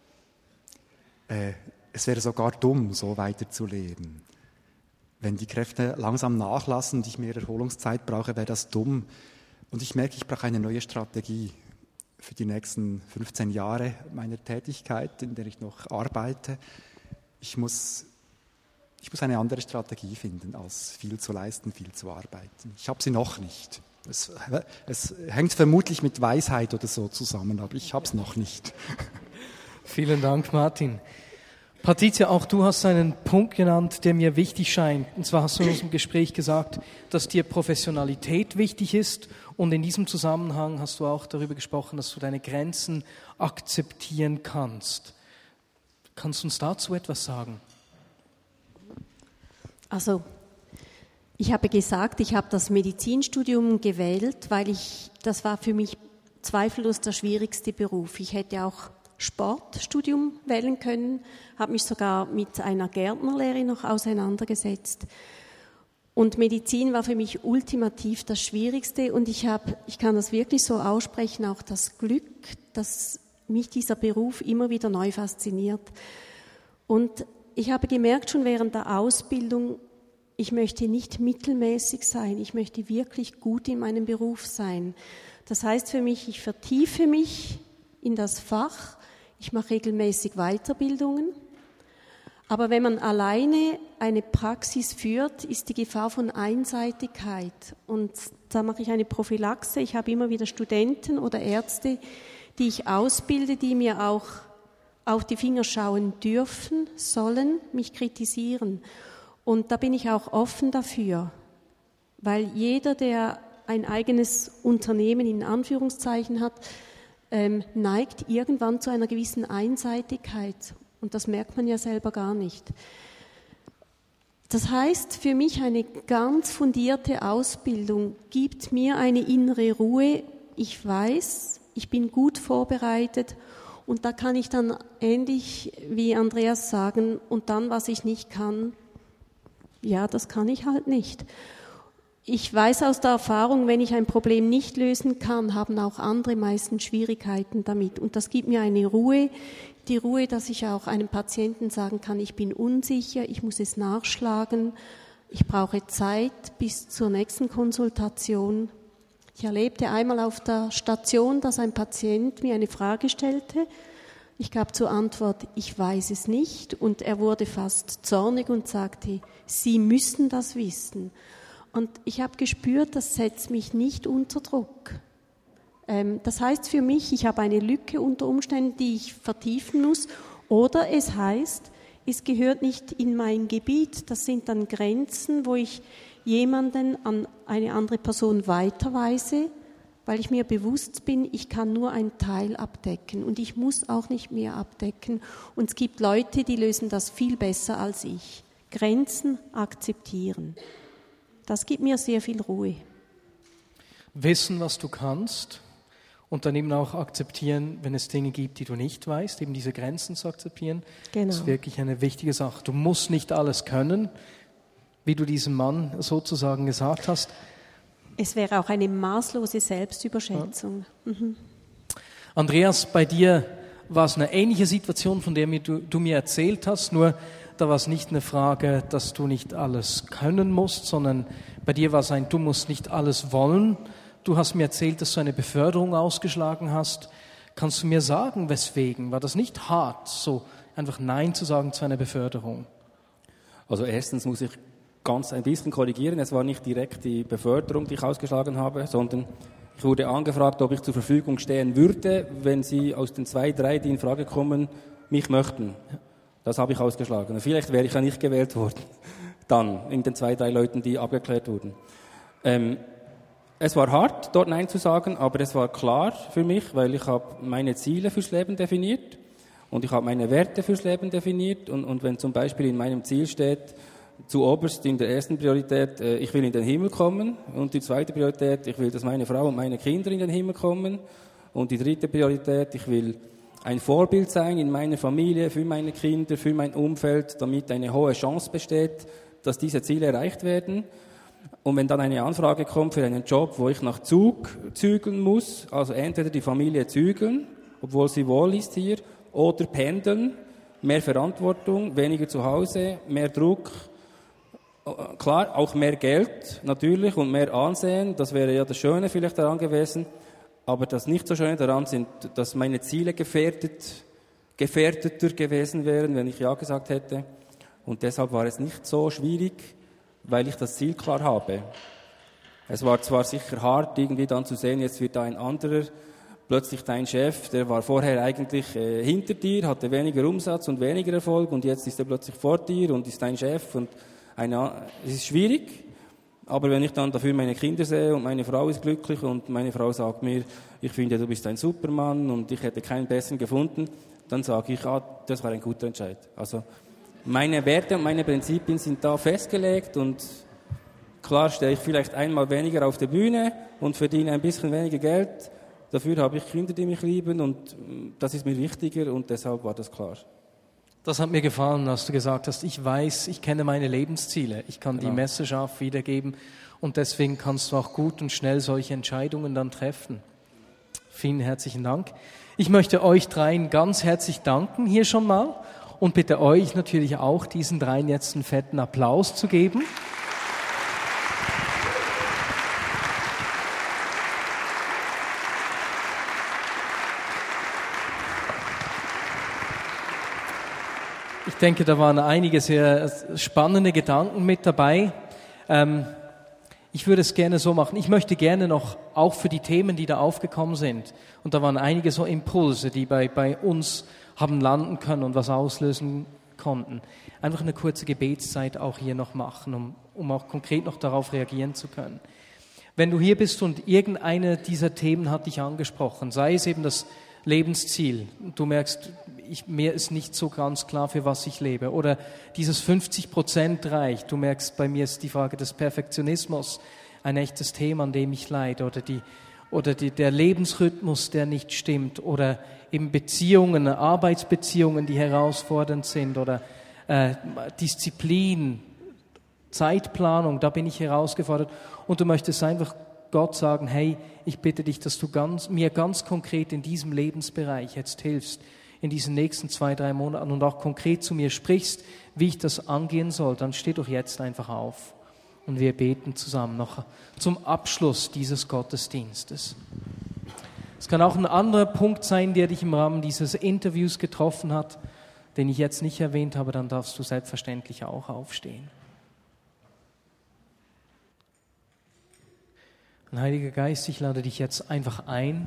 Es wäre sogar dumm, so weiterzuleben. Wenn die Kräfte langsam nachlassen und ich mehr Erholungszeit brauche, wäre das dumm. Und ich merke, ich brauche eine neue Strategie für die nächsten 15 Jahre meiner Tätigkeit, in der ich noch arbeite. Ich muss eine andere Strategie finden, als viel zu leisten, viel zu arbeiten. Ich habe sie noch nicht. Es hängt vermutlich mit Weisheit oder so zusammen, aber ich habe es noch nicht. Vielen Dank, Martin. Patricia, auch du hast einen Punkt genannt, der mir wichtig scheint. Und zwar hast du in unserem Gespräch gesagt, dass dir Professionalität wichtig ist. Und in diesem Zusammenhang hast du auch darüber gesprochen, dass du deine Grenzen akzeptieren kannst. Kannst du uns dazu etwas sagen? Also, ich habe gesagt, ich habe das Medizinstudium gewählt, weil das war für mich zweifellos der schwierigste Beruf. Ich hätte auch Sportstudium wählen können, habe mich sogar mit einer Gärtnerlehre noch auseinandergesetzt. Und Medizin war für mich ultimativ das Schwierigste und ich kann das wirklich so aussprechen, auch das Glück, dass mich dieser Beruf immer wieder neu fasziniert. Und ich habe gemerkt schon während der Ausbildung, ich möchte nicht mittelmäßig sein, ich möchte wirklich gut in meinem Beruf sein. Das heißt für mich, ich vertiefe mich in das Fach, ich mache regelmäßig Weiterbildungen. Aber wenn man alleine eine Praxis führt, ist die Gefahr von Einseitigkeit. Und da mache ich eine Prophylaxe. Ich habe immer wieder Studenten oder Ärzte, die ich ausbilde, die mir auch auf die Finger schauen dürfen, sollen, mich kritisieren. Und da bin ich auch offen dafür. Weil jeder, der ein eigenes Unternehmen in Anführungszeichen hat, neigt irgendwann zu einer gewissen Einseitigkeit. Und das merkt man ja selber gar nicht. Das heißt, für mich eine ganz fundierte Ausbildung gibt mir eine innere Ruhe. Ich weiß, ich bin gut vorbereitet und da kann ich dann ähnlich wie Andreas sagen, und dann, was ich nicht kann, ja, das kann ich halt nicht. Ich weiß aus der Erfahrung, wenn ich ein Problem nicht lösen kann, haben auch andere meistens Schwierigkeiten damit. Und das gibt mir eine Ruhe, die Ruhe, dass ich auch einem Patienten sagen kann, ich bin unsicher, ich muss es nachschlagen, ich brauche Zeit bis zur nächsten Konsultation. Ich erlebte einmal auf der Station, dass ein Patient mir eine Frage stellte. Ich gab zur Antwort, ich weiß es nicht, und er wurde fast zornig und sagte, Sie müssen das wissen. Und ich habe gespürt, das setzt mich nicht unter Druck. Das heißt für mich, ich habe eine Lücke unter Umständen, die ich vertiefen muss. Oder es heißt, es gehört nicht in mein Gebiet. Das sind dann Grenzen, wo ich jemanden an eine andere Person weiterweise, weil ich mir bewusst bin, ich kann nur einen Teil abdecken und ich muss auch nicht mehr abdecken. Und es gibt Leute, die lösen das viel besser als ich. Grenzen akzeptieren. Das gibt mir sehr viel Ruhe. Wissen, was du kannst und dann eben auch akzeptieren, wenn es Dinge gibt, die du nicht weißt, eben diese Grenzen zu akzeptieren. Genau. Das ist wirklich eine wichtige Sache. Du musst nicht alles können, wie du diesem Mann sozusagen gesagt hast. Es wäre auch eine maßlose Selbstüberschätzung. Ja. Mhm. Andreas, bei dir war es eine ähnliche Situation, von der du mir erzählt hast, nur da war es nicht eine Frage, dass du nicht alles können musst, sondern bei dir war es du musst nicht alles wollen. Du hast mir erzählt, dass du eine Beförderung ausgeschlagen hast. Kannst du mir sagen, weswegen? War das nicht hart, so einfach Nein zu sagen zu einer Beförderung? Also erstens muss ich ganz ein bisschen korrigieren. Es war nicht direkt die Beförderung, die ich ausgeschlagen habe, sondern ich wurde angefragt, ob ich zur Verfügung stehen würde, wenn Sie aus den 2, 3, die in Frage kommen, mich möchten. Das habe ich ausgeschlagen. Vielleicht wäre ich ja nicht gewählt worden, dann, in den 2, 3 Leuten, die abgeklärt wurden. Es war hart, dort Nein zu sagen, aber es war klar für mich, weil ich habe meine Ziele fürs Leben definiert und ich habe meine Werte fürs Leben definiert und wenn zum Beispiel in meinem Ziel steht, zuoberst in der ersten Priorität, ich will in den Himmel kommen, und die zweite Priorität, ich will, dass meine Frau und meine Kinder in den Himmel kommen, und die dritte Priorität, ich will ein Vorbild sein in meiner Familie, für meine Kinder, für mein Umfeld, damit eine hohe Chance besteht, dass diese Ziele erreicht werden. Und wenn dann eine Anfrage kommt für einen Job, wo ich nach Zug zügeln muss, also entweder die Familie zügeln, obwohl sie wohl ist hier, oder pendeln, mehr Verantwortung, weniger zu Hause, mehr Druck, klar, auch mehr Geld natürlich und mehr Ansehen, das wäre ja das Schöne vielleicht daran gewesen, aber das nicht so Schöne daran sind, dass meine Ziele gefährdeter gewesen wären, wenn ich Ja gesagt hätte. Und deshalb war es nicht so schwierig, weil ich das Ziel klar habe. Es war zwar sicher hart, irgendwie dann zu sehen, jetzt wird da ein anderer, plötzlich dein Chef, der war vorher eigentlich hinter dir, hatte weniger Umsatz und weniger Erfolg und jetzt ist er plötzlich vor dir und ist dein Chef. Und es ist schwierig, aber wenn ich dann dafür meine Kinder sehe und meine Frau ist glücklich und meine Frau sagt mir, ich finde, du bist ein Supermann und ich hätte keinen besseren gefunden, dann sage ich, das war ein guter Entscheid. Also meine Werte und meine Prinzipien sind da festgelegt und klar stehe ich vielleicht einmal weniger auf der Bühne und verdiene ein bisschen weniger Geld. Dafür habe ich Kinder, die mich lieben und das ist mir wichtiger und deshalb war das klar. Das hat mir gefallen, als du gesagt hast, ich weiß, ich kenne meine Lebensziele, ich kann die Message scharf wiedergeben und deswegen kannst du auch gut und schnell solche Entscheidungen dann treffen. Vielen herzlichen Dank. Ich möchte euch dreien ganz herzlich danken hier schon mal und bitte euch natürlich auch, diesen dreien jetzt einen fetten Applaus zu geben. Ich denke, da waren einige sehr spannende Gedanken mit dabei. Ich würde es gerne so machen. Ich möchte gerne noch, auch für die Themen, die da aufgekommen sind, und da waren einige so Impulse, die bei uns haben landen können und was auslösen konnten, einfach eine kurze Gebetszeit auch hier noch machen, um auch konkret noch darauf reagieren zu können. Wenn du hier bist und irgendeine dieser Themen hat dich angesprochen, sei es eben das Lebensziel, du merkst, mir ist nicht so ganz klar, für was ich lebe, oder dieses 50% Reich, du merkst, bei mir ist die Frage des Perfektionismus ein echtes Thema, an dem ich leide, oder der Lebensrhythmus, der nicht stimmt, oder eben Beziehungen, Arbeitsbeziehungen, die herausfordernd sind, oder Disziplin, Zeitplanung, da bin ich herausgefordert. Und du möchtest einfach Gott sagen, hey, ich bitte dich, dass du mir ganz konkret in diesem Lebensbereich jetzt hilfst, in diesen nächsten 2-3 Monaten und auch konkret zu mir sprichst, wie ich das angehen soll, dann steh doch jetzt einfach auf. Und wir beten zusammen noch zum Abschluss dieses Gottesdienstes. Es kann auch ein anderer Punkt sein, der dich im Rahmen dieses Interviews getroffen hat, den ich jetzt nicht erwähnt habe, dann darfst du selbstverständlich auch aufstehen. Und Heiliger Geist, ich lade dich jetzt einfach ein,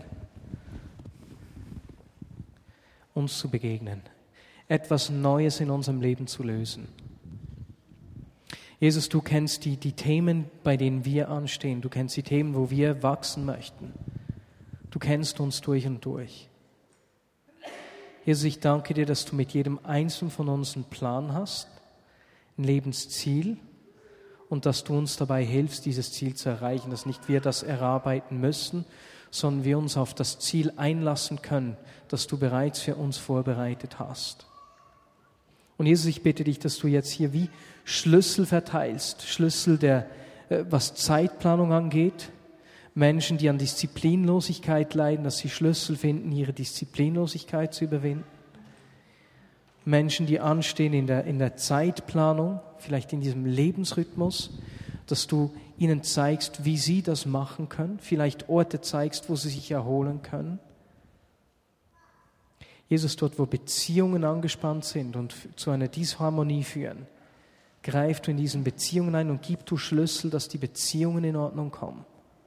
uns zu begegnen, etwas Neues in unserem Leben zu lösen. Jesus, du kennst die Themen, bei denen wir anstehen. Du kennst die Themen, wo wir wachsen möchten. Du kennst uns durch und durch. Jesus, ich danke dir, dass du mit jedem Einzelnen von uns einen Plan hast, ein Lebensziel, und dass du uns dabei hilfst, dieses Ziel zu erreichen, dass nicht wir das erarbeiten müssen, sondern wir uns auf das Ziel einlassen können, das du bereits für uns vorbereitet hast. Und Jesus, ich bitte dich, dass du jetzt hier wie Schlüssel verteilst, Schlüssel, was Zeitplanung angeht, Menschen, die an Disziplinlosigkeit leiden, dass sie Schlüssel finden, ihre Disziplinlosigkeit zu überwinden. Menschen, die anstehen in der Zeitplanung, vielleicht in diesem Lebensrhythmus, dass du ihnen zeigst, wie sie das machen können, vielleicht Orte zeigst, wo sie sich erholen können. Jesus, dort, wo Beziehungen angespannt sind und zu einer Disharmonie führen, greif du in diesen Beziehungen ein und gib du Schlüssel, dass die Beziehungen in Ordnung kommen.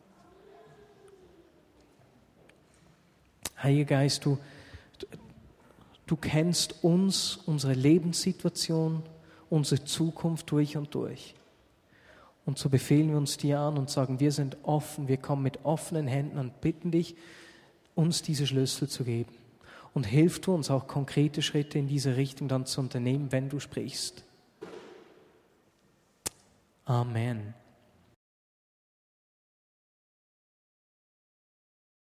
Heiliger Geist, du kennst uns, unsere Lebenssituation, unsere Zukunft durch und durch. Und so befehlen wir uns dir an und sagen, wir sind offen, wir kommen mit offenen Händen und bitten dich, uns diese Schlüssel zu geben. Und hilf du uns auch konkrete Schritte in diese Richtung dann zu unternehmen, wenn du sprichst. Amen.